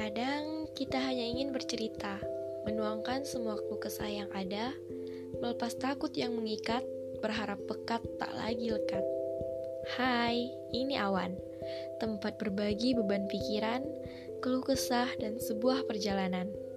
Terkadang kita hanya ingin bercerita, menuangkan semua keluh kesah yang ada, melepas takut yang mengikat, berharap pekat tak lagi lekat. Hai, ini Awan, tempat berbagi beban pikiran, keluh kesah dan sebuah perjalanan.